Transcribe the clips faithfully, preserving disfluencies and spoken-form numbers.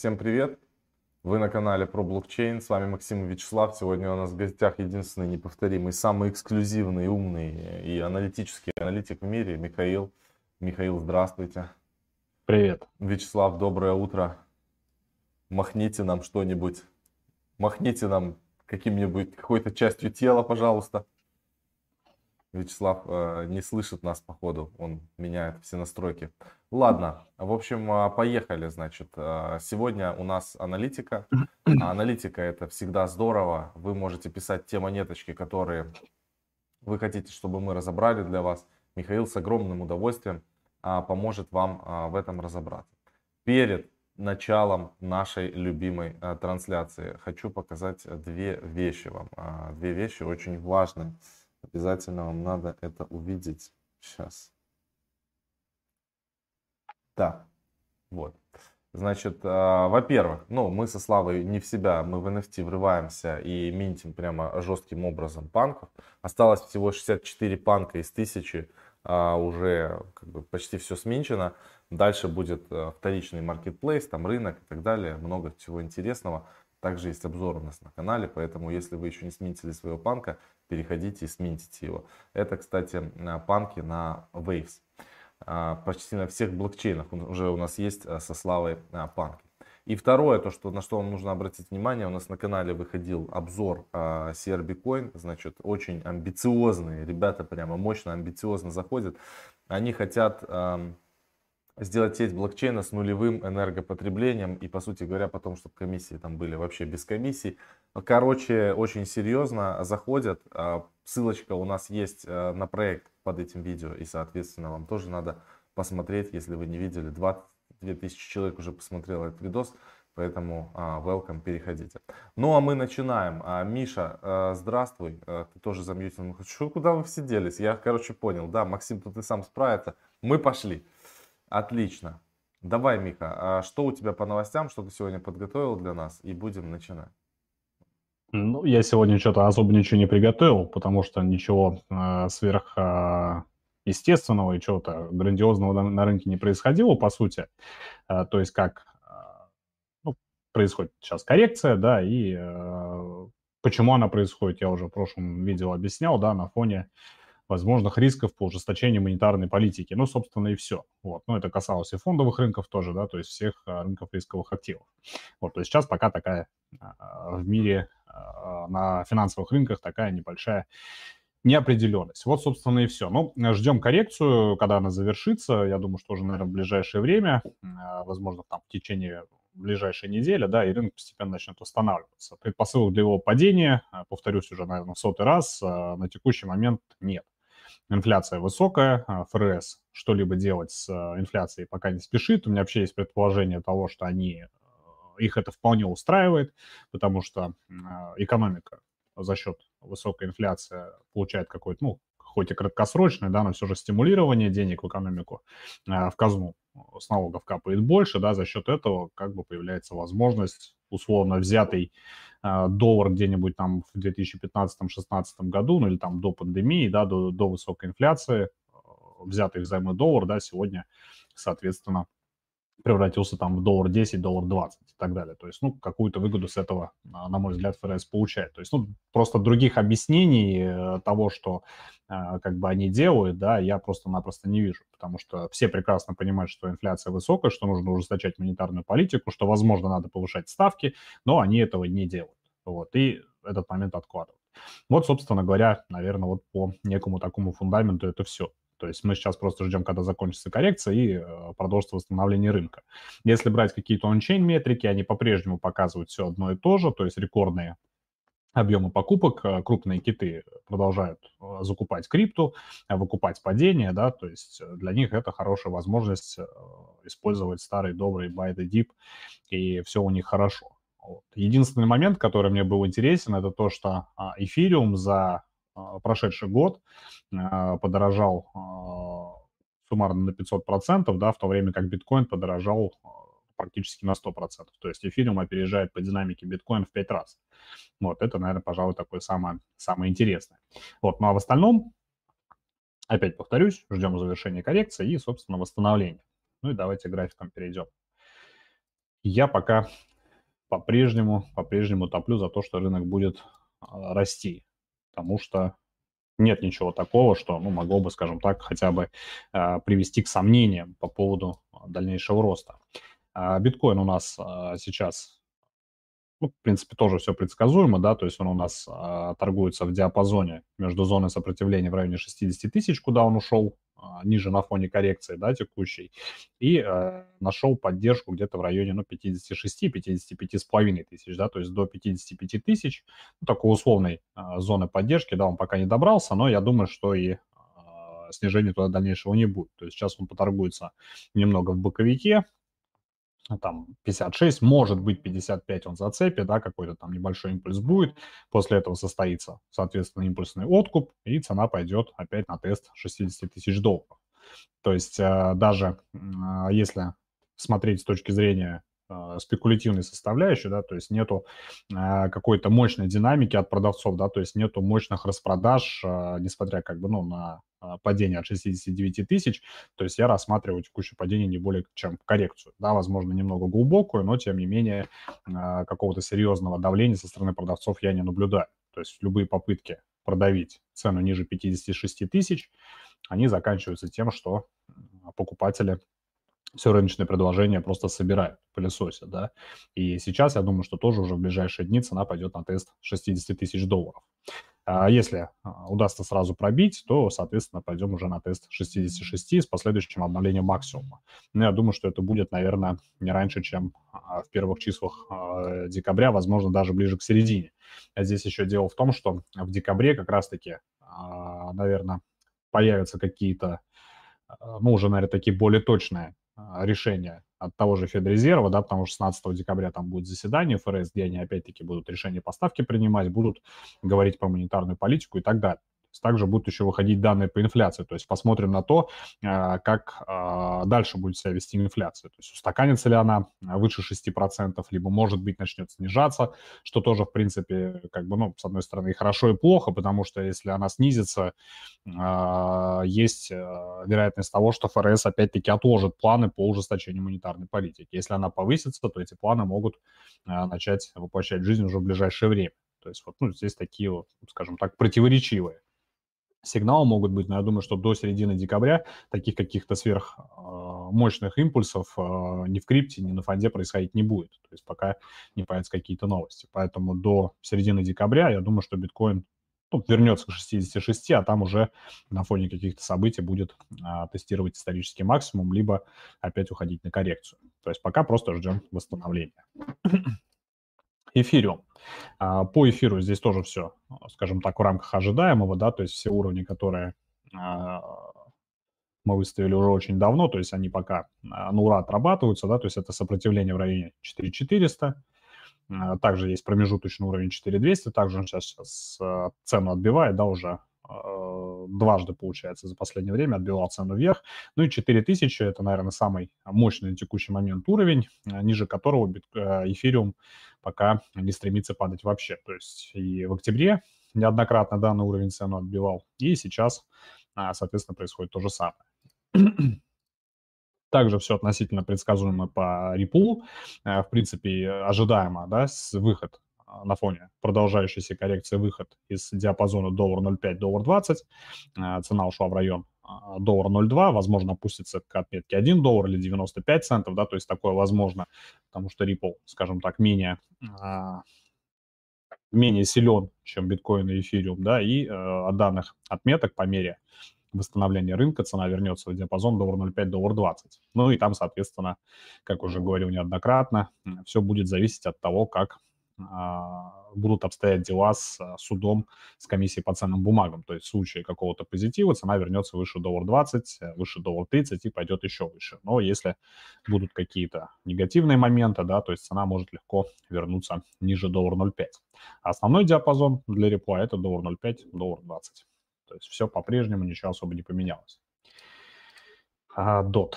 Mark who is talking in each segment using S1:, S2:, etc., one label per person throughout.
S1: Всем привет! Вы на канале про блокчейн. С вами Максим и Вячеслав. Сегодня у нас в гостях единственный неповторимый, самый эксклюзивный, умный и аналитический аналитик в мире Михаил. Михаил, здравствуйте.
S2: Привет.
S1: Вячеслав, доброе утро. Махните нам что-нибудь. Махните нам каким-нибудь, какой-то частью тела, пожалуйста. Вячеслав э, не слышит нас, походу, он меняет все настройки. Ладно, в общем, э, поехали, значит. Э, сегодня у нас аналитика. А аналитика это всегда здорово. Вы можете писать те монеточки, которые вы хотите, чтобы мы разобрали для вас. Михаил с огромным удовольствием э, поможет вам э, в этом разобраться. Перед началом нашей любимой э, трансляции хочу показать две вещи вам. Э, две вещи очень важные. Обязательно вам надо это увидеть. Сейчас. Да, вот. Значит, э, во-первых, ну, мы со Славой не в себя, мы в эн эф ти врываемся и минтим прямо жестким образом панков. Осталось всего шестьдесят четыре панка из тысячи, э, уже как бы почти все сминчено. Дальше будет э, вторичный маркетплейс, там рынок и так далее, много всего интересного. Также есть обзор у нас на канале, поэтому если вы еще не сминтили своего панка, переходите и сминтите его. Это, кстати, панки на Waves. Почти на всех блокчейнах уже у нас есть со Славой панки. И второе, то, что, на что вам нужно обратить внимание, у нас на канале выходил обзор си ар би Coin, значит, очень амбициозные, ребята прямо мощно, амбициозно заходят. Они хотят сделать сеть блокчейна с нулевым энергопотреблением и, по сути говоря, потом, чтобы комиссии там были вообще без комиссий. Короче, очень серьезно заходят. Ссылочка у нас есть на проект под этим видео, и, соответственно, вам тоже надо посмотреть, если вы не видели. двадцать две тысячи человек уже посмотрело этот видос, поэтому welcome, переходите. Ну, а мы начинаем. Миша, здравствуй, ты тоже замьютил. Что, куда вы все делись? Я, короче, понял. Да, Максим, тут и сам справится. Мы пошли. Отлично. Давай, Миха, а что у тебя по новостям, что ты сегодня подготовил для нас, и будем начинать.
S2: Ну, я сегодня что-то особо ничего не приготовил, потому что ничего э, сверх э, естественного и чего-то грандиозного на, на рынке не происходило, по сути. Э, то есть как э, ну, происходит сейчас коррекция, да, и э, почему она происходит, я уже в прошлом видео объяснял, да, на фоне возможных рисков по ужесточению монетарной политики. Ну, собственно, и все. Вот. Ну, это касалось и фондовых рынков тоже, да, то есть всех а, рынков рисковых активов. Вот, то есть сейчас пока такая а, в мире а, на финансовых рынках такая небольшая неопределенность. Вот, собственно, и все. Ну, ждем коррекцию, когда она завершится. Я думаю, что уже, наверное, в ближайшее время, а, возможно, там в течение ближайшей недели, да, и рынок постепенно начнет восстанавливаться. Предпосылок для его падения, повторюсь уже, наверное, в сотый раз, на текущий момент нет. Инфляция высокая, эф эр эс что-либо делать с инфляцией пока не спешит. У меня вообще есть предположение того, что они, их это вполне устраивает, потому что экономика за счет высокой инфляции получает какой-то, ну, хоть и краткосрочное, да, но все же стимулирование денег в экономику, в казну с налогов капает больше, да, за счет этого как бы появляется возможность условно взятый э, доллар где-нибудь там в две тысячи пятнадцатом-шестнадцатом году, ну или там до пандемии, да, до, до высокой инфляции, э, взятый взаймы доллар, да, сегодня, соответственно, превратился там в доллар десять, доллар двадцать и так далее. То есть, ну, какую-то выгоду с этого, на мой взгляд, эф эр эс получает. То есть, ну, просто других объяснений э, того, что э, как бы они делают, да, я просто-напросто не вижу, потому что все прекрасно понимают, что инфляция высокая, что нужно ужесточать монетарную политику, что, возможно, надо повышать ставки, но они этого не делают. Вот, и этот момент откладывают. Вот, собственно говоря, наверное, вот по некому такому фундаменту это все. То есть мы сейчас просто ждем, когда закончится коррекция и э, продолжится восстановление рынка. Если брать какие-то ончейн метрики, они по-прежнему показывают все одно и то же, то есть рекордные объемы покупок, э, крупные киты продолжают э, закупать крипту, э, выкупать падение, да, то есть для них это хорошая возможность э, использовать старый добрый buy the dip, и все у них хорошо. Вот. Единственный момент, который мне был интересен, это то, что а, эфириум за а, прошедший год а, подорожал а, суммарно на пятьсот процентов, да, в то время как биткоин подорожал а, практически на сто процентов. То есть эфириум опережает по динамике биткоин в пять раз. Вот, это, наверное, пожалуй, такое самое, самое интересное. Вот, ну а в остальном, опять повторюсь, ждем завершения коррекции и, собственно, восстановления. Ну и давайте к графикам перейдем. Я пока по-прежнему, по-прежнему топлю за то, что рынок будет а, расти, потому что нет ничего такого, что, ну, могло бы, скажем так, хотя бы а, привести к сомнениям по поводу а, дальнейшего роста. А биткоин у нас а, сейчас, ну, в принципе, тоже все предсказуемо, да, то есть он у нас а, торгуется в диапазоне между зоной сопротивления в районе шестьдесят тысяч, куда он ушел, а, ниже на фоне коррекции, да, текущей, и э, нашел поддержку где-то в районе, ну, пятьдесят шесть пятьдесят пять с половиной тысяч, да, то есть до пятьдесят пять тысяч, ну, такой условной а, зоны поддержки, да, он пока не добрался, но я думаю, что и а, снижения туда дальнейшего не будет. То есть сейчас он поторгуется немного в боковике, а, там пятьдесят шесть, может быть пятьдесят пять он зацепит, да, какой-то там небольшой импульс будет, после этого состоится, соответственно, импульсный откуп, и цена пойдет опять на тест шестьдесят тысяч долларов. То есть э, даже м, а, если смотреть с точки зрения э, спекулятивной составляющей, да, то есть нету э, какой-то мощной динамики от продавцов, да, то есть нету мощных распродаж, э, несмотря как бы, ну, на э, падение от шестидесяти девяти тысяч, то есть я рассматриваю текущее падение не более чем коррекцию, да, возможно, немного глубокую, но тем не менее э, какого-то серьезного давления со стороны продавцов я не наблюдаю. То есть любые попытки продавить цену ниже пятидесяти шести тысяч, они заканчиваются тем, что покупатели все рыночное предложение просто собирают, пылесосят, да. И сейчас, я думаю, что тоже уже в ближайшие дни цена пойдет на тест шестьдесят тысяч долларов. А если а, удастся сразу пробить, то, соответственно, пойдем уже на тест шестьдесят шесть с последующим обновлением максимума. Но я думаю, что это будет, наверное, не раньше, чем а, в первых числах а, декабря, возможно, даже ближе к середине. А здесь еще дело в том, что в декабре как раз-таки, а, наверное, появятся какие-то, а, ну, уже, наверное, такие более точные а, решения от того же Федрезерва, да, потому что шестнадцатого декабря там будет заседание ФРС, где они опять-таки будут решения по ставке принимать, будут говорить про монетарную политику и так далее. То есть также будут еще выходить данные по инфляции. То есть посмотрим на то, а, как а, дальше будет себя вести инфляция. То есть устаканится ли она выше шести процентов, либо, может быть, начнет снижаться, что тоже, в принципе, как бы, ну, с одной стороны, и хорошо, и плохо, потому что если она снизится, а, есть а, вероятность того, что ФРС опять-таки отложит планы по ужесточению монетарной политики. Если она повысится, то эти планы могут а, начать воплощать в жизнь уже в ближайшее время. То есть вот, ну, здесь такие вот, скажем так, противоречивые сигналы могут быть, но я думаю, что до середины декабря таких каких-то сверх а, мощных импульсов а, ни в крипте, ни на фонде происходить не будет. То есть пока не появятся какие-то новости. Поэтому до середины декабря я думаю, что биткоин, ну, вернется к шестидесяти шести, а там уже на фоне каких-то событий будет а, тестировать исторический максимум, либо опять уходить на коррекцию. То есть пока просто ждем восстановления. Эфириум. А, По эфиру здесь тоже все, скажем так, в рамках ожидаемого, да, то есть все уровни, которые а, мы выставили уже очень давно, то есть они пока а, на ура отрабатываются, да, то есть это сопротивление в районе четыре тысячи четыреста, а, также есть промежуточный уровень четыре тысячи двести, также он сейчас, сейчас а, цену отбивает, да, уже а, дважды, получается, за последнее время отбивал цену вверх. Ну и четыре тысячи – это, наверное, самый мощный на текущий момент уровень, а, ниже которого бит- а, эфириум пока не стремится падать вообще. То есть и в октябре неоднократно данный уровень цену отбивал, и сейчас, а, соответственно, происходит то же самое. Также все относительно предсказуемо по Ripple. Э, В принципе, ожидаемо, да, с выход а, на фоне продолжающейся коррекции, выход из диапазона доллар ноль пять, доллар двадцать. Э, Цена ушла в район а, доллар ноль два, возможно, опустится к отметке один доллар или девяносто пять центов, да, то есть такое возможно, потому что Ripple, скажем так, менее а, менее силен, чем биткоин и эфириум, да, и э, от данных отметок по мере восстановления рынка цена вернется в диапазон доллар ноль пять, доллар двадцать. Ну и там, соответственно, как уже говорил неоднократно, все будет зависеть от того, как а, будут обстоять дела с а, судом, с комиссией по ценным бумагам. То есть в случае какого-то позитива цена вернется выше доллар двадцать, э, выше доллар тридцать и пойдет еще выше. Но если будут какие-то негативные моменты, да, то есть цена может легко вернуться ниже доллар ноль пять. А основной диапазон для репла это доллар ноль пять, доллар двадцать. То есть все по-прежнему, ничего особо не поменялось. А, дот.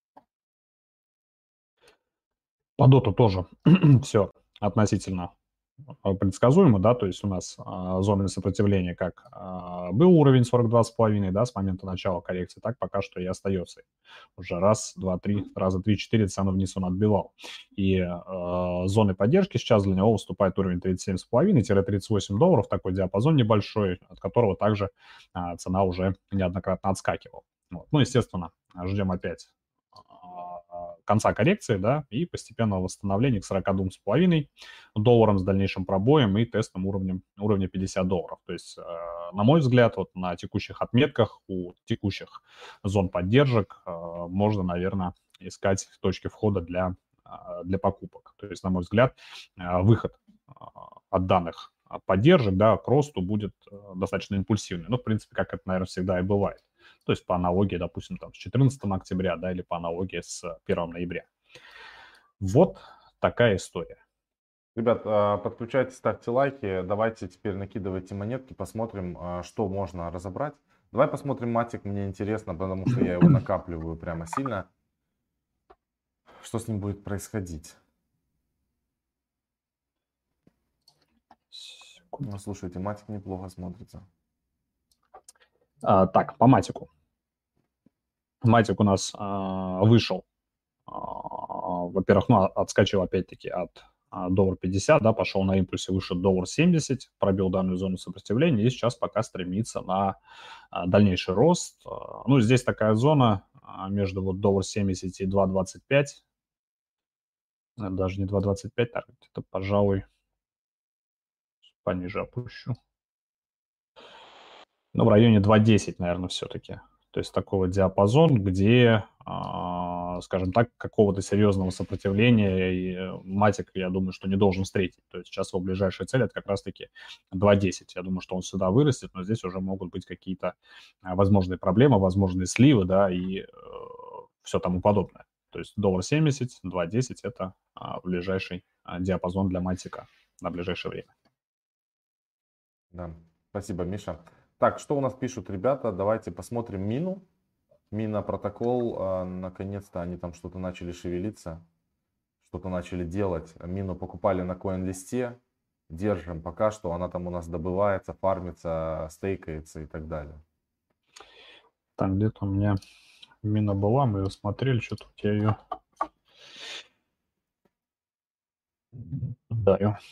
S2: По доту тоже все относительно предсказуемо, да, то есть у нас а, зоны сопротивления, как а, был уровень сорок два с половиной, да, с момента начала коррекции, так пока что и остается. Уже раз, два, три, раза три, четыре цену вниз он отбивал. И а, зоны поддержки сейчас для него выступает уровень тридцать семь с половиной - тридцать восемь долларов, такой диапазон небольшой, от которого также а, цена уже неоднократно отскакивала. Вот. Ну, естественно, ждем опять а, конца коррекции, да, и постепенного восстановления к сорока двум с половиной долларам с дальнейшим пробоем и тестом уровнем, уровня пятьдесят долларов. То есть, э, на мой взгляд, вот на текущих отметках у текущих зон поддержек э, можно, наверное, искать точки входа для, э, для покупок. То есть, на мой взгляд, э, выход э, от данных поддержек, да, к росту будет э, достаточно импульсивный. Ну, в принципе, как это, наверное, всегда и бывает. То есть по аналогии, допустим, там, с четырнадцатого октября, да, или по аналогии с первого ноября. Вот такая история.
S1: Ребят, а, подключайтесь, ставьте лайки. Давайте теперь накидывайте монетки, посмотрим, а, что можно разобрать. Давай посмотрим матик, мне интересно, потому что я его накапливаю прямо сильно. Что с ним будет происходить? Ну, слушайте, матик неплохо смотрится.
S2: А, так, по матику. Матик у нас а, вышел, а, во-первых, ну, отскочил опять-таки от а, доллар пятьдесят, да, пошел на импульсе выше доллар семьдесят, пробил данную зону сопротивления и сейчас пока стремится на а, дальнейший рост. А, ну, здесь такая зона а, между вот доллар семьдесят и два двадцать пять, даже не два двадцать пять, так, это, пожалуй, пониже опущу. Ну, в районе два десять, наверное, все-таки. То есть такой вот диапазон, где, а, скажем так, какого-то серьезного сопротивления и э, матик, я думаю, что не должен встретить. То есть сейчас его ближайшая цель — это как раз-таки два десять. Я думаю, что он сюда вырастет, но здесь уже могут быть какие-то а, возможные проблемы, возможные сливы, да, и э, все тому подобное. То есть доллар семьдесят, два десять — это а, ближайший а, диапазон для матика на ближайшее время.
S1: Да, спасибо, Миша. Так, что у нас пишут ребята? Давайте посмотрим мину. Мина протокол, а, наконец-то они там что-то начали шевелиться, что-то начали делать. Мину покупали на CoinList'е, держим пока что, она там у нас добывается, фармится, стейкается и так далее.
S2: Там где-то у меня мина была, мы ее смотрели, что-то у тебя ее... Да, ее...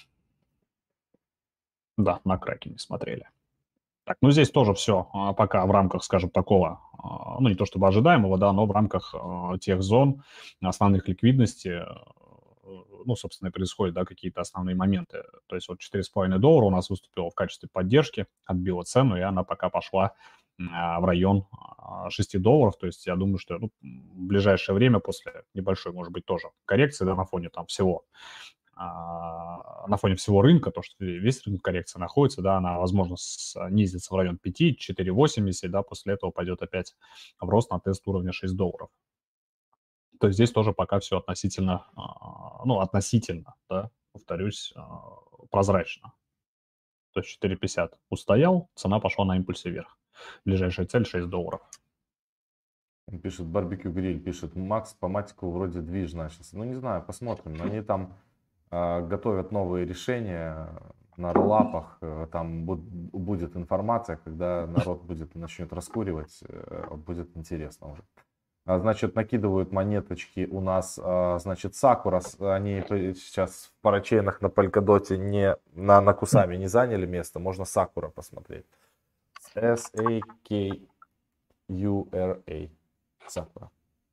S2: Да, на краке не смотрели. Так, ну здесь тоже все а, пока в рамках, скажем, такого, а, ну не то чтобы ожидаемого, да, но в рамках а, тех зон основных ликвидности, а, ну, собственно, и происходят, да, какие-то основные моменты. То есть вот четыре с половиной доллара у нас выступила в качестве поддержки, отбила цену, и она пока пошла а, в район а, шести долларов. То есть я думаю, что ну, в ближайшее время после небольшой, может быть, тоже коррекции, да, на фоне там всего, на фоне всего рынка, то, что весь рынок коррекции находится, да, она, возможно, снизится в район пять, четыре восемьдесят, да, после этого пойдет опять в рост на тест уровня шесть долларов. То есть здесь тоже пока все относительно, ну, относительно, да, повторюсь, прозрачно. То есть четыре пятьдесят устоял, цена пошла на импульсе вверх. Ближайшая цель шесть долларов.
S1: Пишет барбекю гриль, пишет Макс, по матику вроде движ начался. Ну не знаю, посмотрим. Они там э, готовят новые решения на роллапах. Э, там буд, будет информация, когда народ будет начнет раскуривать, э, будет интересно уже. А, значит, накидывают монеточки у нас, а, значит, Сакура. Они сейчас в парачейнах на Polkadot не на Накусами не заняли место. Можно Сакура посмотреть. эс эй кей ю ар эй. Сакура.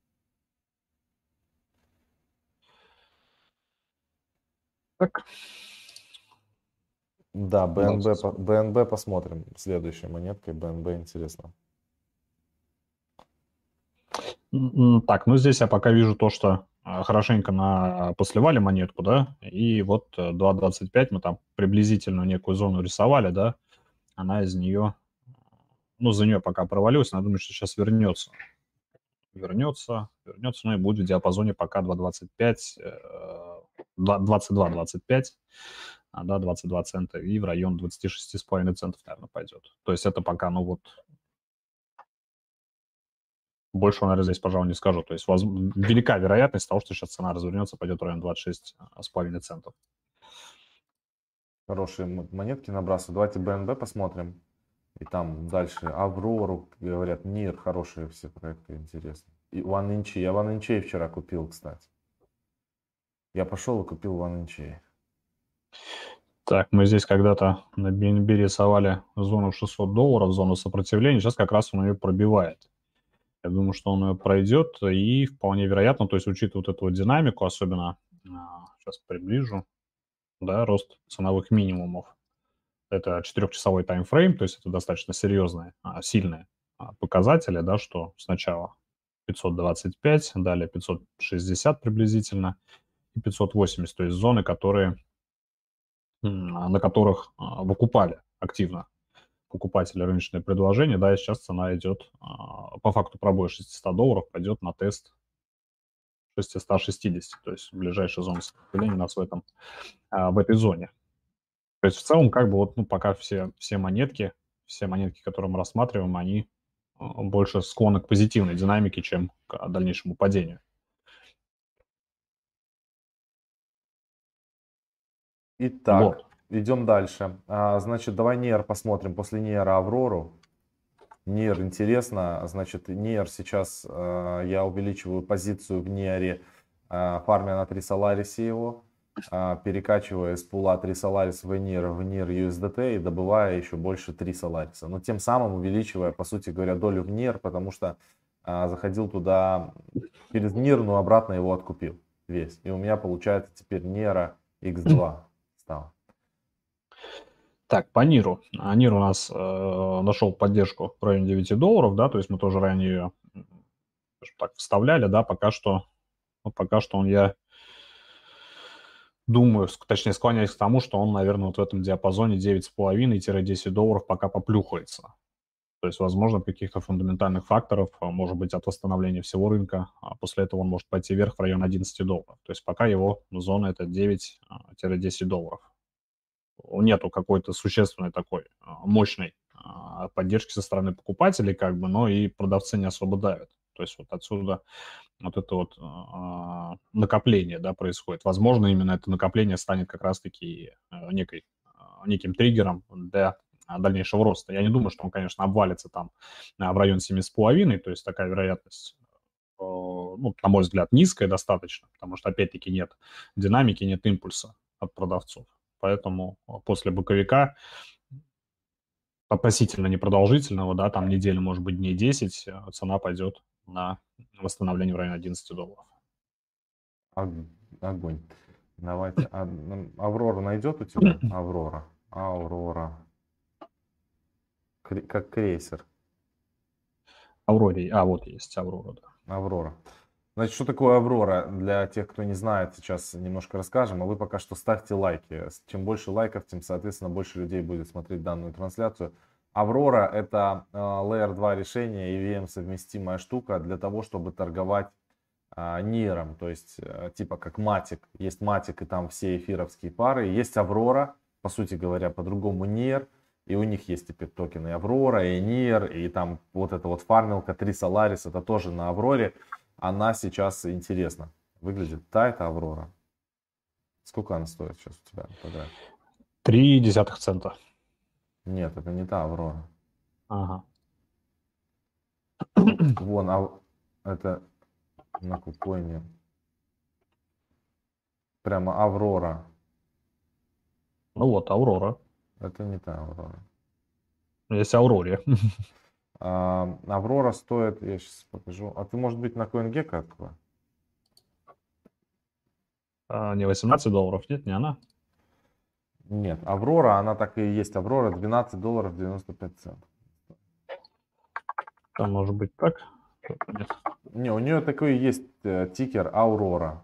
S2: Так.
S1: Да, БНБ, по- БНБ посмотрим. Следующей монеткой БНБ интересно.
S2: М, Так, ну здесь я пока вижу то, что а, хорошенько на посливали монетку, да, и вот э, два двадцать пять мы там приблизительно некую зону рисовали, да, она из нее, ну, за нее пока провалилась, но я думаю, что сейчас вернется. Вернется, вернется, ну и будет в диапазоне пока два двадцать пять, э, двадцать два двадцать пять, а, да, двадцать два цента, и в район двадцать шесть с половиной центов, наверное, пойдет. То есть это пока, ну вот, больше, наверное, здесь, пожалуй, не скажу. То есть воз... велика вероятность того, что сейчас цена развернется, пойдет в район двадцать шесть с половиной центов.
S1: Хорошие м- монетки набрасывают. Давайте бэ эн бэ посмотрим. И там дальше Аврору, говорят, НИР, хорошие все проекты, интересно. И OneInch. Я OneInch вчера купил, кстати. Я пошел и купил OneInch.
S2: Так, мы здесь когда-то на би эн би рисовали зону шестьсот долларов, зону сопротивления. Сейчас как раз он ее пробивает. Я думаю, что он ее пройдет, и вполне вероятно, то есть учитывая вот эту вот динамику, особенно, а, сейчас приближу, да, рост ценовых минимумов. Это четырехчасовой таймфрейм, то есть это достаточно серьезные, а, сильные а, показатели, да, что сначала пятьсот двадцать пять, далее пятьсот шестьдесят приблизительно и пятьсот восемьдесят, то есть зоны, которые, м, а, на которых а, выкупали активно покупатели рыночное предложение, да, и сейчас цена идет, а, по факту пробоя шестисот долларов пойдет на тест шестьсот шестьдесят, то есть ближайшая зона сопротивления у нас в этом, а, в этой зоне. То есть в целом как бы вот, ну, пока все, все монетки, все монетки, которые мы рассматриваем, они а, больше склонны к позитивной динамике, чем к дальнейшему падению.
S1: Итак,
S2: Вот.
S1: идем дальше. А, значит, давай НИР посмотрим. После НИРа Аврору. НИР интересно. Значит, НИР сейчас а, я увеличиваю позицию в НИРе, а, фармя на три Соларисе его, а, перекачивая из пула три Соларис в НИР, в НИР ю эс ди ти и добывая еще больше три Солариса. Но тем самым увеличивая, по сути говоря, долю в НИР, потому что а, заходил туда через НИР, но обратно его откупил весь. И у меня получается теперь НИРа икс два стал.
S2: Так, по НИРу. А НИР у нас э, нашел поддержку в районе девяти долларов, да, то есть мы тоже ранее ее, скажем так, вставляли, да, пока что, ну, пока что он, я думаю, ск- точнее склоняюсь к тому, что он, наверное, вот в этом диапазоне девять с половиной - десять долларов пока поплюхается. То есть, возможно, каких-то фундаментальных факторов, а, может быть, от восстановления всего рынка, а после этого он может пойти вверх в район одиннадцати долларов. То есть пока его зона это девять-десять долларов. Нету какой-то существенной такой а, мощной а, поддержки со стороны покупателей, как бы, но и продавцы не особо давят. То есть вот отсюда вот это вот а, накопление, да, происходит. Возможно, именно это накопление станет как раз-таки а, некой, а, неким триггером для а, дальнейшего роста. Я не думаю, что он, конечно, обвалится там а, в район семи с половиной, то есть такая вероятность, э, ну, на мой взгляд, низкая достаточно, потому что, опять-таки, нет динамики, нет импульса от продавцов. Поэтому а, после боковика относительно непродолжительного, да, там неделя, может быть, дней десять, э, цена пойдет на восстановление в районе одиннадцати долларов.
S1: Ог- Огонь. Давайте. А, м, Аврора найдет у тебя? Аврора. Аврора. Кре- Как крейсер.
S2: Авроре, а вот есть Аврора, да.
S1: Аврора. Значит, что такое Аврора? Для тех, кто не знает, сейчас немножко расскажем, а вы пока что ставьте лайки. С- Чем больше лайков, тем, соответственно, больше людей будет смотреть данную трансляцию. Аврора — это э, Layer два решение, и ви эм совместимая штука для того, чтобы торговать а, ниром, то есть э, типа как матик. Есть матик и там все эфировские пары. Есть Аврора, по сути говоря, по-другому нир. И у них есть теперь токены Аврора и нир. И там вот эта вот фармилка три Solaris, это тоже на Авроре. Она сейчас интересна. Выглядит. Та это Аврора. Сколько она стоит сейчас у тебя по графику?
S2: Три десятых цента.
S1: Нет, это не та Аврора.
S2: Ага.
S1: Вон, а это на кукоине. Прямо Аврора.
S2: Ну вот, Аврора.
S1: Это не та Аврора.
S2: Есть Авроре.
S1: А, Аврора стоит, я сейчас покажу. А ты, может быть, на CoinGecko открой?
S2: А, не восемнадцать долларов, нет, не она.
S1: Нет, Аврора, она так и есть. Аврора двенадцать долларов девяносто пять центов.
S2: Там может быть так. Что-то нет.
S1: Не, у нее такой есть э, тикер Аурора.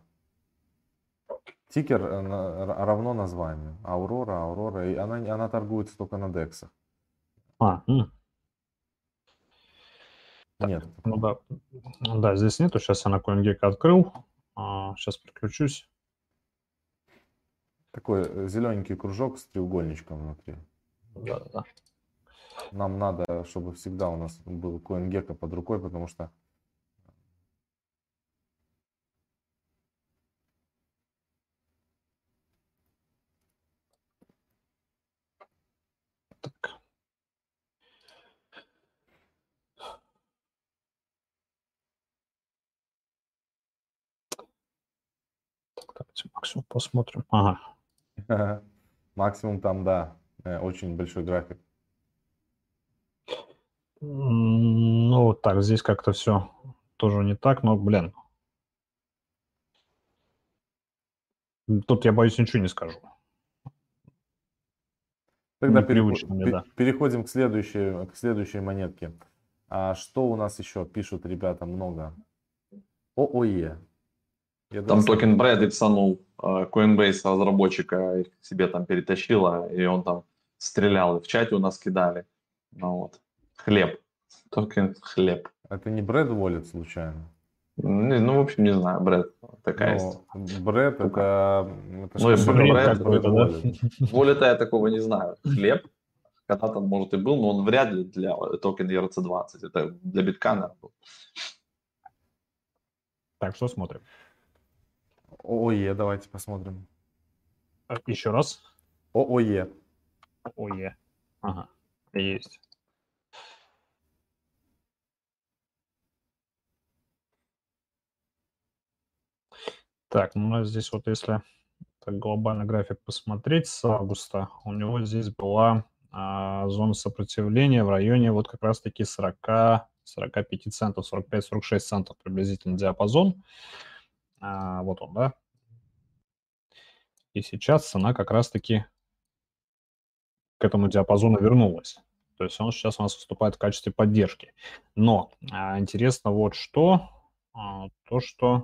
S1: Тикер э, на- р- равно названию. Аурора, Аурора. И она, она торгуется только на дексах.
S2: А, м,
S1: Нет
S2: ну
S1: такого.
S2: да. Да, здесь нету. Сейчас я на CoinGecko открыл. А, сейчас приключусь.
S1: Такой э, зелененький кружок с треугольничком внутри.
S2: Да, да.
S1: Нам надо, чтобы всегда у нас был CoinGecko под рукой, потому что
S2: Давайте максимум посмотрим. Ага.
S1: Максимум там, да, э, очень большой график.
S2: Ну, так, здесь как-то все тоже не так, но, блин. Тут я боюсь, ничего не скажу.
S1: Тогда
S2: Непривычно
S1: переход-
S2: мне,
S1: пе-
S2: да.
S1: переходим к следующей, к следующей монетке. А что у нас еще пишут ребята много? ООЕ. Я
S3: Там
S1: даже сам-
S3: токен Бред иксанул, э, Coinbase разработчика их к себе там перетащила, и он там стрелял, и в чате у нас кидали. Ну вот. Хлеб. Токен хлеб.
S1: Это не Bread Wallet случайно?
S3: Ну, ну, в общем, не знаю, Бред такая есть.
S1: Ну, Bread
S3: Штука.
S1: это, это ж
S3: Ну и
S1: кошелек,
S3: бред
S1: это
S2: какой-то,
S1: Bread
S2: да?
S1: Wallet.
S3: Волета я такого не знаю. Хлеб когда-то, может, и был, но он вряд ли для токена и эр си двадцать. Это для биткана был.
S2: Так, что смотрим?
S1: ООЕ, давайте посмотрим.
S2: А, Еще раз.
S1: ООЕ.
S2: ОЕ. Ага, есть. Так, ну у нас здесь вот если так глобальный график посмотреть с августа, у него здесь была а, зона сопротивления в районе вот как раз-таки сорок сорок пять центов, сорок пять сорок шесть центов приблизительно диапазон. А, вот он, да. И сейчас цена как раз-таки к этому диапазону вернулась. То есть он сейчас у нас выступает в качестве поддержки. Но а, интересно вот что, а, то что...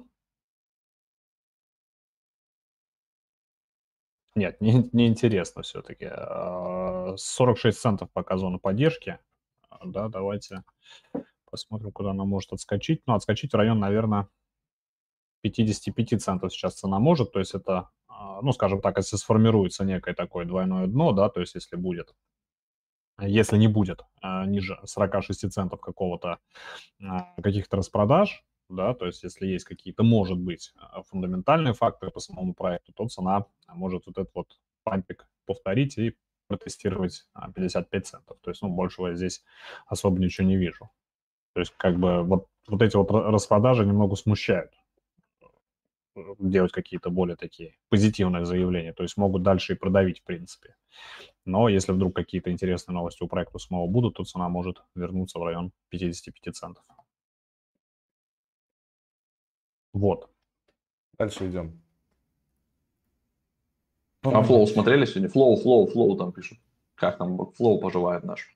S2: Нет, не, не интересно все-таки. сорок шесть центов пока зона поддержки. А, Да, давайте посмотрим, куда она может отскочить. Ну, отскочить в район, наверное, пятьдесят пять центов сейчас цена может. То есть это, а, ну, скажем так, если сформируется некое такое двойное дно, да, то есть если будет, если не будет а, ниже сорок шесть центов какого-то, а, каких-то распродаж, да, то есть если есть какие-то, может быть, а, фундаментальные факторы по самому проекту, то цена может вот этот вот пампик повторить и протестировать а, пятьдесят пять центов. То есть, ну, большего я здесь особо ничего не вижу. То есть, как бы, вот, вот эти вот ра- распродажи немного смущают э, делать какие-то более такие позитивные заявления. То есть могут дальше и продавить, в принципе. Но если вдруг какие-то интересные новости у проекта самого будут, то цена может вернуться в район пятьдесят пять центов. Вот.
S1: Дальше идем.
S3: А Флоу смотрели сегодня? Флоу, Флоу, Флоу там пишут. Как там Флоу поживает наш?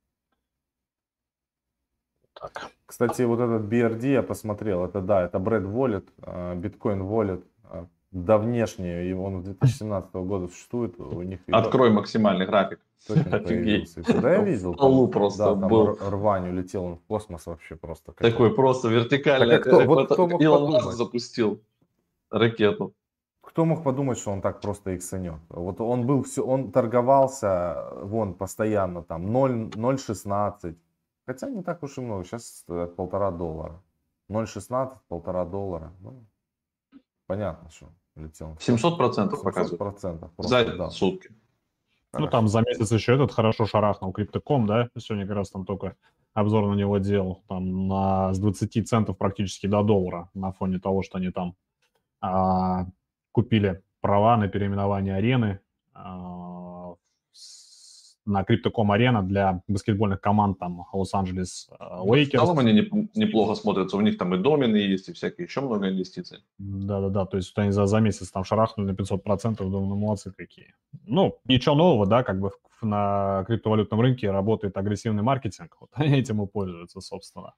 S2: Так.
S1: Кстати, вот этот би ар ди я посмотрел, это да, это Bread Wallet, э, Bitcoin Wallet, э, давнешний, и он с две тысячи семнадцатого года существует, у них и
S3: Открой максимальный график.
S1: токен
S3: Офигеть.
S1: появился. Да, я видел,
S3: В полу
S1: там,
S3: просто
S1: да, там
S3: был.
S1: р- рвань улетел он в космос вообще просто.
S3: Такой
S1: какой-то.
S3: просто вертикально.
S1: Так а кто- вот
S3: Это
S1: кто мог
S3: Илон Маск
S1: подумать?
S3: запустил ракету.
S1: Кто мог подумать, что он так просто иксанет? Вот он был все, он торговался вон постоянно там ноль ноль шестнадцать, хотя не так уж и много, сейчас стоит полтора доллара. ноль шестнадцать, полтора доллара. Ну, понятно, что летел.
S3: семьсот процентов
S1: семьсот
S3: показывает.
S1: процентов
S3: За
S1: просто, да.
S3: сутки.
S2: Ну,
S1: Хорошо.
S2: там за месяц еще этот хорошо шарахнул, Криптоком, да? Сегодня как раз там только обзор на него делал. Там на, с двадцати центов практически до доллара на фоне того, что они там а, купили права на переименование арены а, с- на Криптоком арена для баскетбольных команд там Лос-Анджелес а,
S3: В целом
S2: Лейкерс.
S3: они не- неплохо смотрятся. У них там и домены есть, и всякие еще много инвестиций.
S2: Да-да-да, то есть вот они за, за месяц там шарахнули на пятьсот процентов, думаю, ну молодцы какие. Ну, ничего нового, да, как бы в- на криптовалютном рынке работает агрессивный маркетинг, вот они этим и пользуются, собственно.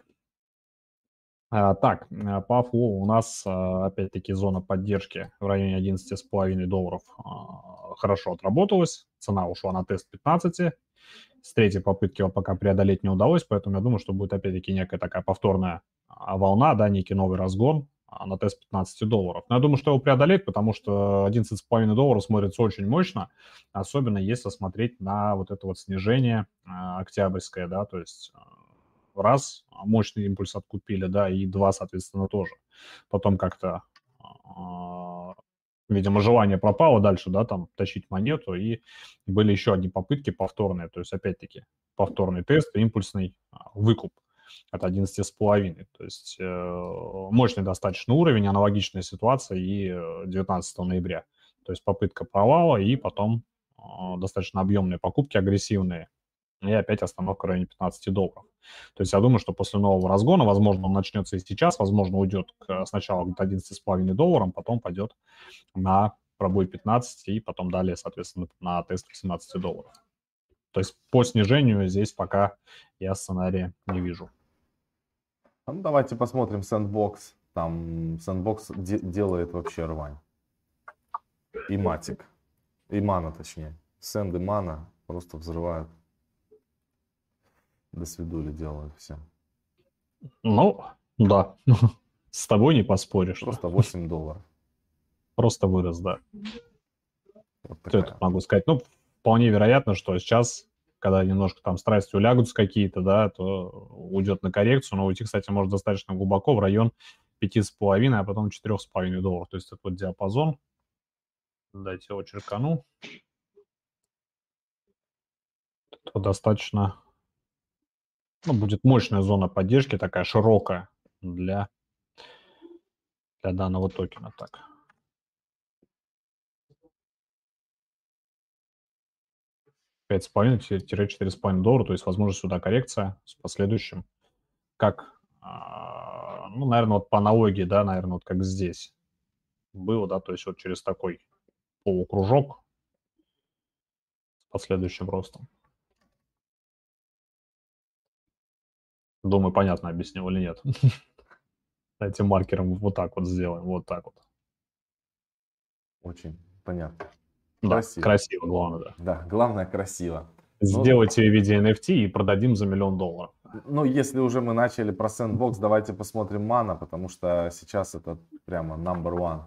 S2: А, так, а, по флоу у нас а, опять-таки зона поддержки в районе одиннадцати с половиной долларов а, хорошо отработалась, цена ушла на тест пятнадцать, с третьей попытки его пока преодолеть не удалось, поэтому я думаю, что будет опять-таки некая такая повторная а, волна, да, некий новый разгон а, на тест пятнадцать долларов. Но я думаю, что его преодолеть, потому что одиннадцать с половиной долларов смотрится очень мощно, особенно если смотреть на вот это вот снижение а, октябрьское, да, то есть а, раз мощный импульс откупили, да, и два, соответственно, тоже. Потом как-то, а, видимо, желание пропало дальше, да, там, тащить монету, и были еще одни попытки повторные, то есть, опять-таки, повторный тест и импульсный а, выкуп. от одиннадцати с половиной. То есть э, мощный достаточно уровень, аналогичная ситуация и девятнадцатого ноября. То есть попытка провала и потом э, достаточно объемные покупки, агрессивные, и опять остановка в районе пятнадцати долларов. То есть я думаю, что после нового разгона, возможно, он начнется и сейчас, возможно, уйдет к, сначала к одиннадцати с половиной долларам, потом пойдет на пробой пятнадцати и потом далее, соответственно, на тест восемнадцати долларов. То есть по снижению здесь пока я сценария не вижу.
S1: Ну, давайте посмотрим Sandbox. Там Sandbox де- делает вообще рвань. И Матик. И Мана, точнее. Сэнд и Мана просто взрывают. До свидули делают все.
S2: Ну, да. С тобой не поспоришь.
S1: Просто восемь долларов.
S2: Просто вырос, да.
S1: Вот
S2: Что я
S1: такая.
S2: тут могу сказать? Ну, вполне вероятно, что сейчас, когда немножко там страсти улягутся какие-то, да, то уйдет на коррекцию, но уйти, кстати, может достаточно глубоко в район пяти с половиной, а потом четырёх с половиной долларов. То есть это вот диапазон. Дайте его черкану. Это достаточно, ну, будет мощная зона поддержки, такая широкая для, для данного токена. Так. пять с половиной - четыре с половиной доллара, то есть, возможно, сюда коррекция с последующим. Как, а, ну, наверное, вот по аналогии, да, наверное, вот как здесь было, да, то есть вот через такой полукружок с последующим ростом. Думаю, понятно объяснил или нет. Этим маркером вот так вот сделаем, вот так вот.
S1: Очень понятно.
S2: Да,
S1: Красиво.
S2: красиво, главное, да.
S1: Да, главное красиво.
S2: Сделать ее в виде эн эф ти и продадим за миллион долларов.
S1: Ну, если уже мы начали про Sandbox, давайте посмотрим Мана, потому что сейчас это прямо number one.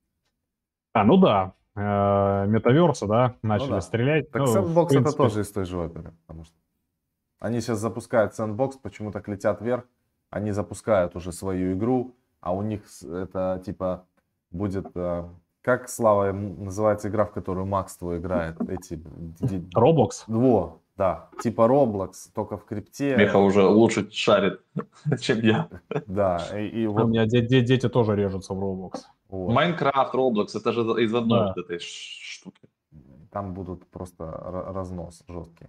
S2: А, ну да, метаверсы, да, начали
S1: Ну да.
S2: стрелять.
S1: Так
S2: Ну, в
S1: Sandbox это
S2: принципе,
S1: тоже из той же оперы, потому что они сейчас запускают Sandbox, почему так летят вверх, они запускают уже свою игру, а у них с- это типа будет, э, как, Слава, м, называется игра, в которую Макс твой играет, эти, ди-
S2: Roblox.
S1: во, да, типа Roblox, только в крипте,
S3: Миха уже лучше шарит, чем я.
S1: да, и, и
S2: У
S1: вот,
S2: меня де- де- дети тоже режутся в Roblox.
S1: вот.
S3: Майнкрафт, Roblox, это же из одной
S2: Да.
S3: вот этой ш- штуки.
S1: Там будут просто ра- разнос жесткий.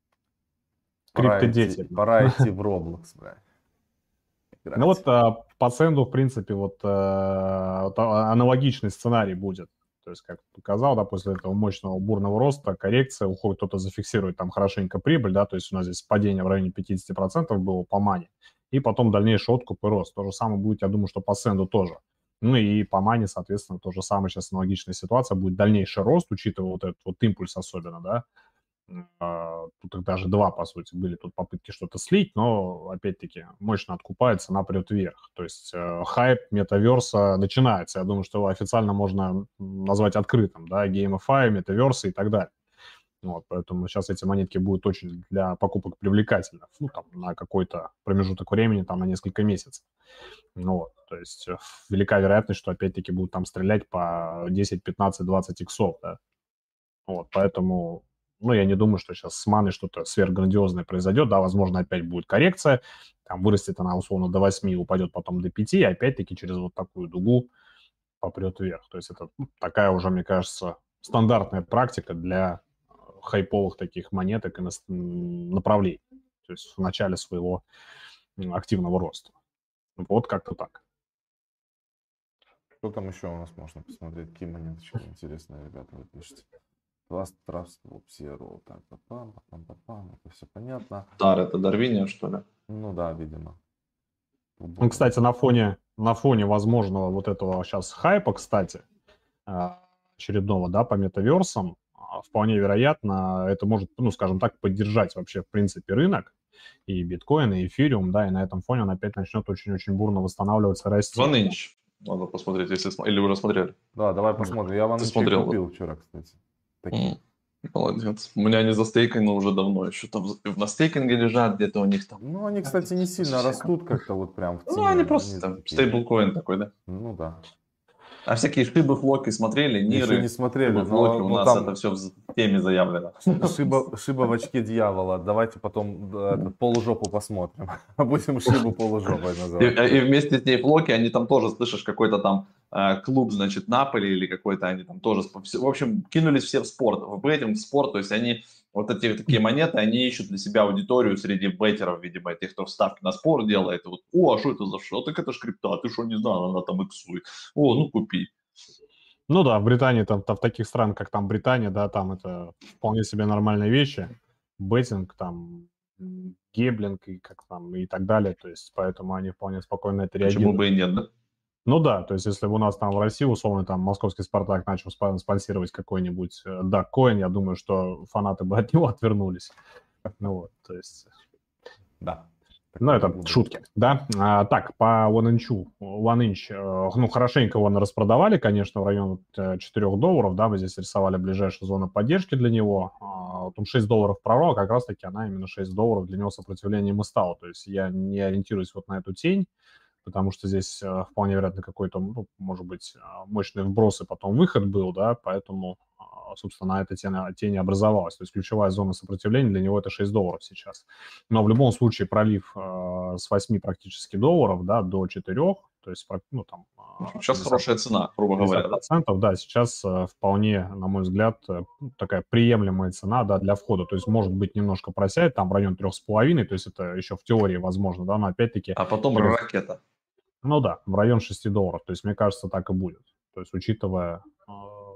S2: Криптодети.
S1: идти, пора идти в Roblox, бля. Играть.
S2: Ну вот а, по Сэнду, в принципе, вот, а, вот а- аналогичный сценарий будет. То есть, как показал, да, после этого мощного бурного роста, коррекция, уходит, кто-то зафиксирует там хорошенько прибыль, да, то есть у нас здесь падение в районе пятьдесят процентов было по мане, и потом дальнейший откуп и рост. То же самое будет, я думаю, что по Сэнду тоже. Ну и по мане, соответственно, то же самое, сейчас аналогичная ситуация, будет дальнейший рост, учитывая вот этот вот импульс особенно, да. А, Тут их даже два, по сути, были тут попытки что-то слить, но, опять-таки, мощно откупается, она прет вверх. То есть э, хайп метаверса начинается. Я думаю, что его официально можно м, назвать открытым, да, GameFi, метаверсы и так далее. Вот, поэтому сейчас эти монетки будут очень для покупок привлекательны, ну, там, на какой-то промежуток времени, там, на несколько месяцев. Ну, вот, то есть э, велика вероятность, что, опять-таки, будут там стрелять по десять, пятнадцать, двадцать иксов, да. Вот, поэтому, ну, я не думаю, что сейчас с маной что-то сверхграндиозное произойдет. Да, возможно, опять будет коррекция. Там вырастет она, условно, до восьми, упадет потом до пяти, и опять-таки через вот такую дугу попрет вверх. То есть это ну, такая уже, мне кажется, стандартная практика для э, хайповых таких монеток и нас- м, направлений. То есть в начале своего м, активного роста. Вот как-то так.
S1: Что там еще у нас можно посмотреть? Какие монеточки интересные, ребята, вы пишете. Trust, Trust, Swap, Zero, так, папам, папам, папам, это все понятно.
S3: Дар, это Дарвиния, что ли?
S1: Ну да, видимо.
S2: Ну, кстати, на фоне, на фоне возможного вот этого сейчас хайпа, кстати, а, очередного, да, по метаверсам, а, вполне вероятно, это может, ну, скажем так, поддержать вообще, в принципе, рынок и биткоин, и эфириум, да, и на этом фоне он опять начнет очень-очень бурно восстанавливаться, расти.
S3: Ванынч. Надо посмотреть, если см- или уже смотрели.
S1: Да, давай посмотрим. Я вон
S3: смотрел,
S1: купил вчера, кстати. Такие.
S3: М, Молодец. У меня они застейканы уже давно. Еще там за- на стейкинге лежат где-то у них там.
S1: Ну, они, кстати, не сильно
S3: Совсем.
S1: растут как-то вот прям в цене.
S3: Ну, они просто там
S1: такие.
S3: стейблкоин такой, да?
S1: Ну да.
S3: А всякие шибы, флоки смотрели,
S1: Еще
S3: ниры,
S1: не смотрели,
S3: шибы, флоки,
S1: но,
S3: у
S1: но
S3: нас
S1: там
S3: это все в теме заявлено.
S1: шиба, шиба в очке дьявола. Давайте потом да, этот, полужопу посмотрим. Будем шибу полужопой
S3: И,
S1: называть.
S3: и вместе с ней флоки, они там тоже, слышишь, какой-то там э, клуб, значит, Наполи или какой-то, они там тоже, сп- все- в общем, кинулись все в спорт, в беттинг, в спорт, то есть они, вот эти такие монеты, они ищут для себя аудиторию среди беттеров, видимо, тех, кто ставки на спорт делает, и вот, о, а что это за что? Так это ж крипта, ты что, не знал, она там иксует, о, ну купи.
S2: Ну да, в Британии, там, там в таких странах, как там Британия, да, там это вполне себе нормальные вещи. Беттинг, там, м, геблинг и как там и так далее. То есть поэтому они вполне спокойно на это
S3: Почему
S2: реагируют.
S3: бы и нет, да?
S2: Ну да, то есть если бы у нас там в России, условно, там московский «Спартак» начал спа- спонсировать какой-нибудь э, Даккоин, я думаю, что фанаты бы от него отвернулись. Ну вот, то есть...
S1: Да.
S2: Ну,
S1: Такое
S2: это
S1: могло быть.
S2: шутки, да. А, так, по OneInch, OneInch, э, ну, хорошенько его распродавали, конечно, в районе э, четырех долларов, да, мы здесь рисовали ближайшую зону поддержки для него. А, вот он шесть долларов прорвал, как раз-таки она именно шесть долларов для него сопротивлением и стала. То есть я не ориентируюсь вот на эту тень, потому что здесь э, вполне вероятно какой-то, ну, может быть, э, мощный вброс и потом выход был, да, поэтому, э, собственно, на этой тени, тени образовалась. То есть ключевая зона сопротивления для него это шесть долларов сейчас. Но в любом случае пролив э, с восьми практически долларов, да, до четырёх, то есть, про- ну, там,
S3: В общем,
S2: э,
S3: сейчас
S2: пятьдесят
S3: хорошая цена, грубо говоря, да?
S2: процентов, да, сейчас э, вполне, на мой взгляд, э, такая приемлемая цена, да, для входа. То есть, может быть, немножко просядет, там, в район трех с половиной, то есть, это еще в теории возможно, да, но опять-таки
S3: А потом
S2: через
S3: ракета.
S2: ну да, в район шести долларов. То есть, мне кажется, так и будет. То есть, учитывая, э,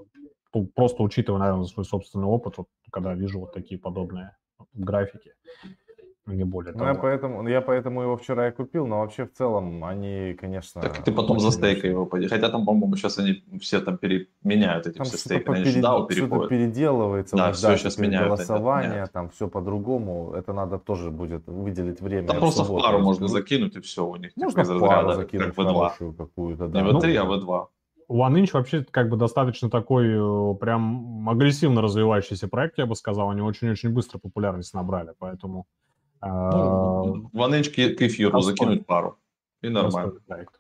S2: ну, просто учитывая, наверное, свой собственный опыт, вот, когда вижу вот такие подобные графики, не более
S1: Ну, я
S2: того.
S1: поэтому, я поэтому его вчера и купил, но вообще в целом они,
S3: Так
S1: конечно,
S3: ты потом
S1: очень
S3: застейкай
S1: дешевые.
S3: его. поди- Хотя там, по-моему, сейчас они все там переменяют эти
S1: Там
S3: все
S1: что-то
S3: стейки. Они же
S1: поперед...
S3: дао
S1: что-то
S3: переходят.
S1: переделывается, у
S3: Да,
S1: них,
S3: все
S1: да,
S3: сейчас
S1: теперь
S3: меняют, они
S1: голосование,
S3: отменяют.
S1: там все по-другому, это надо тоже будет выделить время,
S3: Там
S1: я в
S3: просто в
S1: субботу
S3: пару можно
S1: разберусь.
S3: закинуть, и все у них типа
S1: Можно
S3: из
S1: в пару
S3: разряда,
S1: закинуть
S3: как ви два.
S1: хорошую какую-то,
S3: Не
S1: да,
S3: ви три,
S2: Ну,
S3: а
S1: например.
S3: ви два.
S2: OneInch вообще как бы достаточно такой э, прям агрессивно развивающийся проект, я бы сказал. Они очень-очень быстро популярность набрали, поэтому э,
S3: Ну, ванечки к эфиру
S2: достойный,
S3: закинуть пару. И нормально.
S2: достойный проект.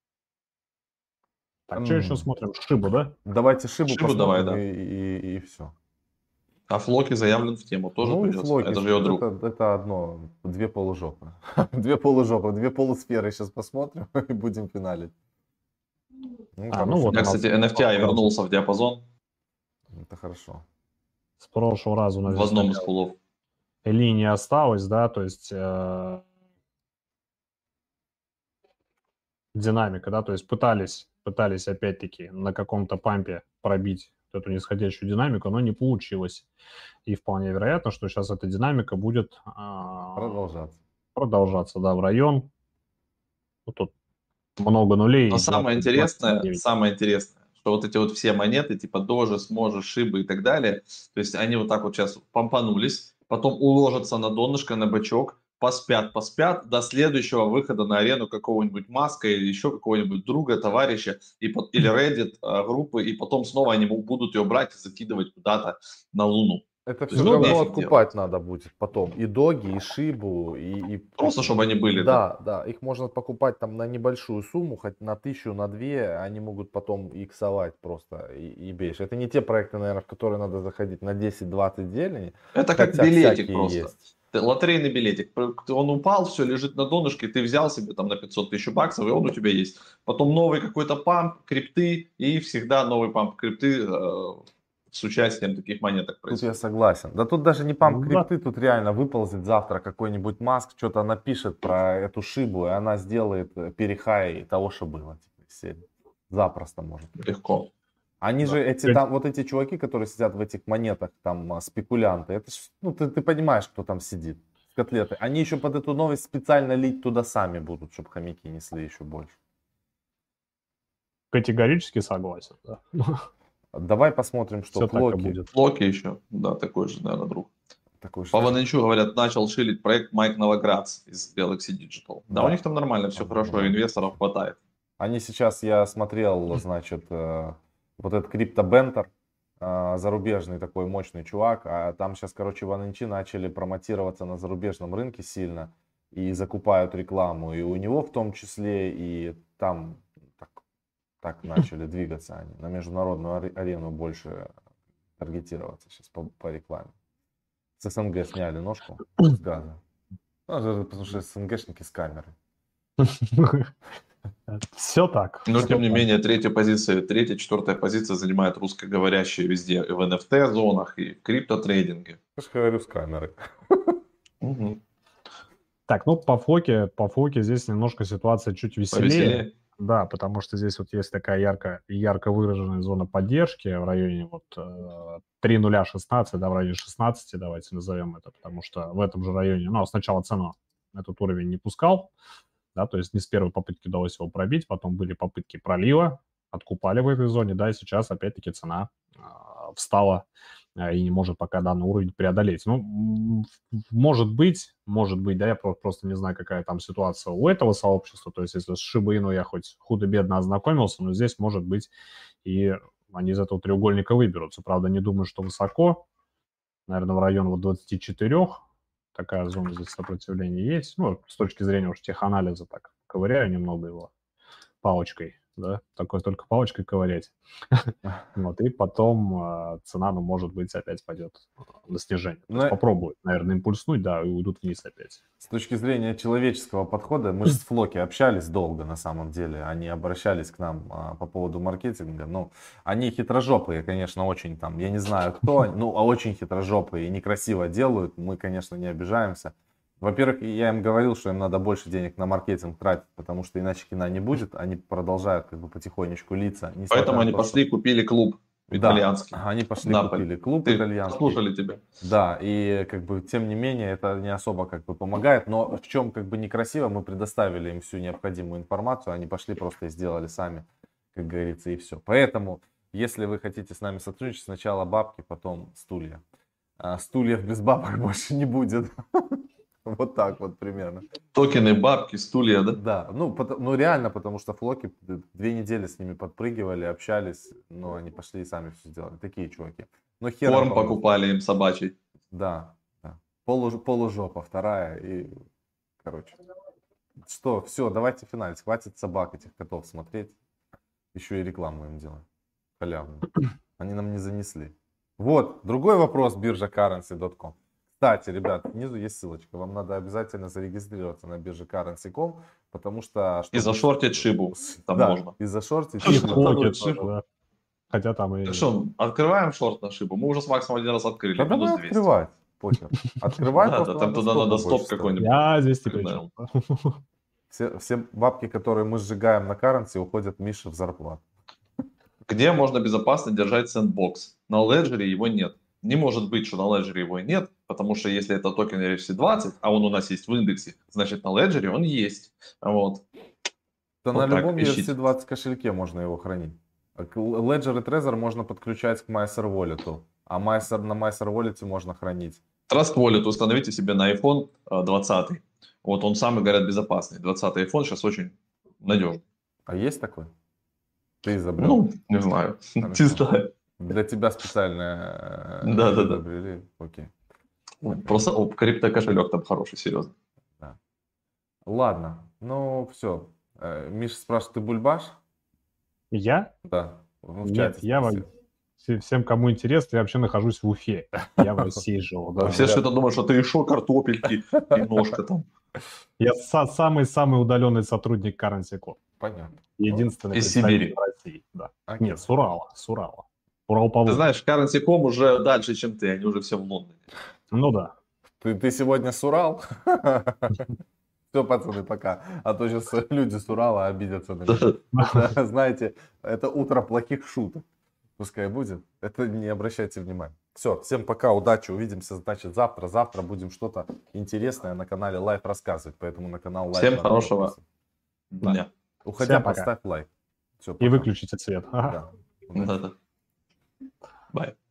S2: Так, что еще
S1: М,
S2: смотрим? Шибу, да?
S1: Давайте Шибу
S3: Шибу давай,
S1: посмотрим и,
S3: да.
S1: и, и все.
S3: А Флоки заявлен в тему, тоже
S1: Ну,
S3: придется.
S1: флоки,
S3: Это же его друг.
S1: это, это одно, две полужопы. Две полужопы, две полусферы сейчас посмотрим и будем финалить. Ну,
S2: А, ну
S1: хороший
S2: вот
S3: У меня,
S2: у нас
S3: кстати, эн эф ти ай
S2: сразу
S3: вернулся в диапазон
S1: это хорошо.
S2: с прошлого раза у нас
S3: в
S2: здесь
S3: одном из
S2: такая
S3: пулов.
S2: линия осталась, да, то есть э, динамика, да, то есть пытались, пытались опять-таки на каком-то пампе пробить эту нисходящую динамику, но не получилось. И вполне вероятно, что сейчас эта динамика будет а,
S1: Продолжаться.
S2: продолжаться, да, в район. Вот тут много нулей
S3: Но
S2: идет.
S3: самое
S2: двадцать
S3: интересное,
S2: девять.
S3: самое интересное, что вот эти вот все монеты, типа Дожи, Сможи, Шибы и так далее, то есть они вот так вот сейчас помпанулись, потом уложатся на донышко, на бочок, поспят, поспят до следующего выхода на арену какого-нибудь Маска или еще какого-нибудь друга, товарища, и, по- или Reddit э, группы, и потом снова они будут ее брать и закидывать куда-то на Луну.
S1: Это
S3: То
S1: все
S3: есть вот
S2: Ну да.
S1: говно
S3: нефиг
S1: откупать
S3: делать.
S1: надо будет потом. И доги, и шибу, и, и
S3: Просто
S1: какие-
S3: чтобы они были, да?
S1: Да, да, их можно покупать там на небольшую сумму, хоть на тысячу, на две, они могут потом иксовать просто и, и бейш. Это не те проекты, наверное, в которые надо заходить на десять-двадцать зелени,
S3: Это как
S1: хотя
S3: билетик
S1: всякие
S3: просто.
S1: есть.
S3: Ты- Лотерейный билетик. П- Он упал, все лежит на донышке, ты взял себе там на пятьсот тысяч баксов, и он у тебя есть. Потом новый какой-то памп, крипты, и всегда новый памп крипты э, с участием таких монеток
S1: Тут я
S3: происходит.
S1: согласен. Да тут даже не памп
S2: Да.
S1: крипты, тут реально выползет завтра какой-нибудь Маск, что-то напишет про эту шибу, и она сделает э, перехай того, что было. Типа, из серии. Запросто может.
S3: Легко.
S1: Они
S2: Да.
S1: же, эти
S2: Пять-
S1: там, вот эти чуваки, которые сидят в этих монетах, там, а, спекулянты, это ж, ну, ты, ты понимаешь, кто там сидит, с котлетой. Они еще под эту новость специально лить туда сами будут, чтобы хомяки несли еще больше.
S2: Категорически согласен, да.
S1: Давай посмотрим, что
S2: Все так и
S1: Флоки.
S2: будет.
S3: Локи еще, да, такой же, наверное, друг.
S1: Такой же.
S3: По Ваненчу, говорят, начал шилить проект Майк Новоградц из Galaxy Digital. Да,
S1: Да.
S3: у них там нормально, все
S1: Там
S3: хорошо,
S1: нормально.
S3: инвесторов хватает.
S1: Они сейчас, я смотрел, значит, э, вот этот криптобентер, э, зарубежный такой мощный чувак, а там сейчас, короче, ваненчи начали промотироваться на зарубежном рынке сильно и закупают рекламу, и у него в том числе, и там так, так начали двигаться они, на международную аре- арену больше таргетироваться сейчас по, по рекламе. С СНГ сняли ножку с газа. Ну, потому что СНГшники с камерой.
S2: Все так.
S3: Но,
S2: всё
S3: тем не
S2: так.
S3: менее, третья позиция, третья, четвертая позиция занимает русскоговорящие везде. И в эн эф ти-зонах, и в криптотрейдинге.
S1: Я же говорю, с камерой.
S3: Угу.
S2: Так, ну по фоке, по фоке здесь немножко ситуация чуть веселее.
S3: Повеселее.
S2: Да, потому что здесь вот есть такая ярко, ярко выраженная зона поддержки в районе вот э, три нуля шестнадцать, да, в районе шестнадцати, давайте назовем это, потому что в этом же районе, ну, сначала цена этот уровень не пускал, да, то есть не с первой попытки удалось его пробить, потом были попытки пролива, откупали в этой зоне, да, и сейчас опять-таки цена э, встала э, и не может пока данный уровень преодолеть. Ну, м, может быть, может быть, да, я про- просто не знаю, какая там ситуация у этого сообщества, то есть если с Shiba Inu я хоть худо-бедно ознакомился, но здесь может быть и они из этого треугольника выберутся. Правда, не думаю, что высоко, наверное, в район вот двадцати четырёх, такая зона здесь сопротивления есть. Ну, с точки зрения уж теханализа так ковыряю немного его палочкой, да, такой только палочкой ковырять. Вот, и потом э, цена, ну, может быть, опять пойдет на снижение. То есть
S1: Но
S2: попробуют, наверное, импульснуть, да, и уйдут вниз опять.
S1: с точки зрения человеческого подхода, мы же с Флоки общались долго на самом деле. Они обращались к нам а, по поводу маркетинга. Ну, они хитрожопые, конечно, очень там, я не знаю кто, ну, а очень хитрожопые и некрасиво делают. Мы, конечно, не обижаемся. Во-первых, я им говорил, что им надо больше денег на маркетинг тратить, потому что иначе кино не будет. Они продолжают как бы потихонечку литься. несмотря
S3: Поэтому
S1: на
S3: они
S1: то,
S3: пошли и купили клуб
S1: что-
S3: итальянский.
S1: Да, они пошли
S3: Наполи.
S1: купили клуб
S3: Ты
S1: итальянский.
S3: послушали тебя.
S1: Да, и как бы тем не менее это не особо как бы помогает, но в чем как бы некрасиво, мы предоставили им всю необходимую информацию, они пошли просто и сделали сами, как говорится, и все. Поэтому, если вы хотите с нами сотрудничать, сначала бабки, потом стулья. А стульев без бабок больше не будет. Вот так вот примерно.
S3: Токены, бабки, стулья, да?
S1: Да, ну, пото- ну реально, потому что Флоки две недели с ними подпрыгивали, общались, но они пошли и сами все сделали. Такие чуваки. Но хер им
S3: Корм
S1: поможет.
S3: покупали им собачий.
S1: Да, да. Полу, полужопа, вторая и, короче. Что, все, давайте финалить. Хватит собак этих котов смотреть. Еще и рекламу им делаем. Халявную. Они нам не занесли. Вот, другой вопрос, биржа currency точка ком. Кстати, ребят, внизу есть ссылочка. Вам надо обязательно зарегистрироваться на бирже currency точка ком, потому что...
S3: И зашортить шибу. Там
S1: да,
S3: можно.
S1: и зашортить
S2: И
S3: И
S2: в
S1: шибу.
S3: второй
S2: фоке
S3: шибу.
S2: тоже, да. Хотя там и...
S3: Так что, открываем шорт на шибу? Мы уже с Максом один раз открыли.
S1: Да
S3: минус
S1: давай
S3: двести.
S1: открывать, похер. Открывай,
S3: Да,
S1: просто
S3: да, там туда
S1: стопы
S3: надо стоп
S1: больше ставить.
S3: какой-нибудь.
S2: Я здесь при
S3: Придумаем.
S2: чем?
S1: Все, все бабки, которые мы сжигаем на currency, уходят Мише в зарплату.
S3: Где можно безопасно держать сэндбокс? На Ledger его нет. Не может быть, что на Ledger его и нет, потому что если это токен эр эф си двадцать, а он у нас есть в индексе, значит на Ledger он есть. Вот.
S1: Да
S3: Вот
S1: на
S3: так,
S1: любом эр эф
S3: ищите.
S1: си двадцать кошельке можно его хранить. А к- Ledger и Trezor можно подключать к Myser Wallet, а Myser, на Myser Wallet можно хранить.
S3: Trust Wallet установите себе на iPhone э, двадцать. Вот он самый, говорят, безопасный. двадцатый iPhone сейчас очень надежный.
S1: А есть такой? Ты изобрел?
S3: Ну, не знаю.
S1: Хорошо.
S3: Чисто.
S1: Для тебя специально э,
S3: Да-да-да.
S1: изобрели? Окей.
S3: Просто о, криптокошелек там хороший, серьезно.
S1: Ладно, ну все. Миша спрашивает, ты бульбаш?
S2: Я?
S1: Да. Ну, в
S2: Нет,
S1: чате
S2: я во-
S1: спросил.
S2: все- всем, кому интересно, я вообще нахожусь в Уфе. Я в России живу. да.
S3: Все что-то думают, что ты еще картопельки, немножко там.
S2: Я са- самый-самый удаленный сотрудник Currency точка ком.
S1: Понятно.
S2: Единственный
S3: Из
S2: представитель
S3: Сибири.
S2: России. Да.
S1: Окей.
S2: Нет, с Урала. С Урала. Урал по
S3: Ты
S2: Волге.
S3: знаешь, currency точка ком уже дальше, чем ты, они уже все в Лондоне.
S2: Ну да.
S1: Ты, ты сегодня с Урал? Все, пацаны, пока. А то сейчас люди с Урала обидятся на меня. Это, знаете, это утро плохих шуток. Пускай будет. Это не обращайте внимания. Все, всем пока, удачи, увидимся, значит, завтра. Завтра будем что-то интересное на канале Live рассказывать, поэтому на канал Live
S3: Всем
S1: надо
S3: хорошего
S1: подписываться.
S3: дня.
S1: Уходя,
S2: Всем пока.
S1: поставь лайк. Все,
S2: И выключите свет. Ага.
S1: Да.
S3: Да-да. Bye.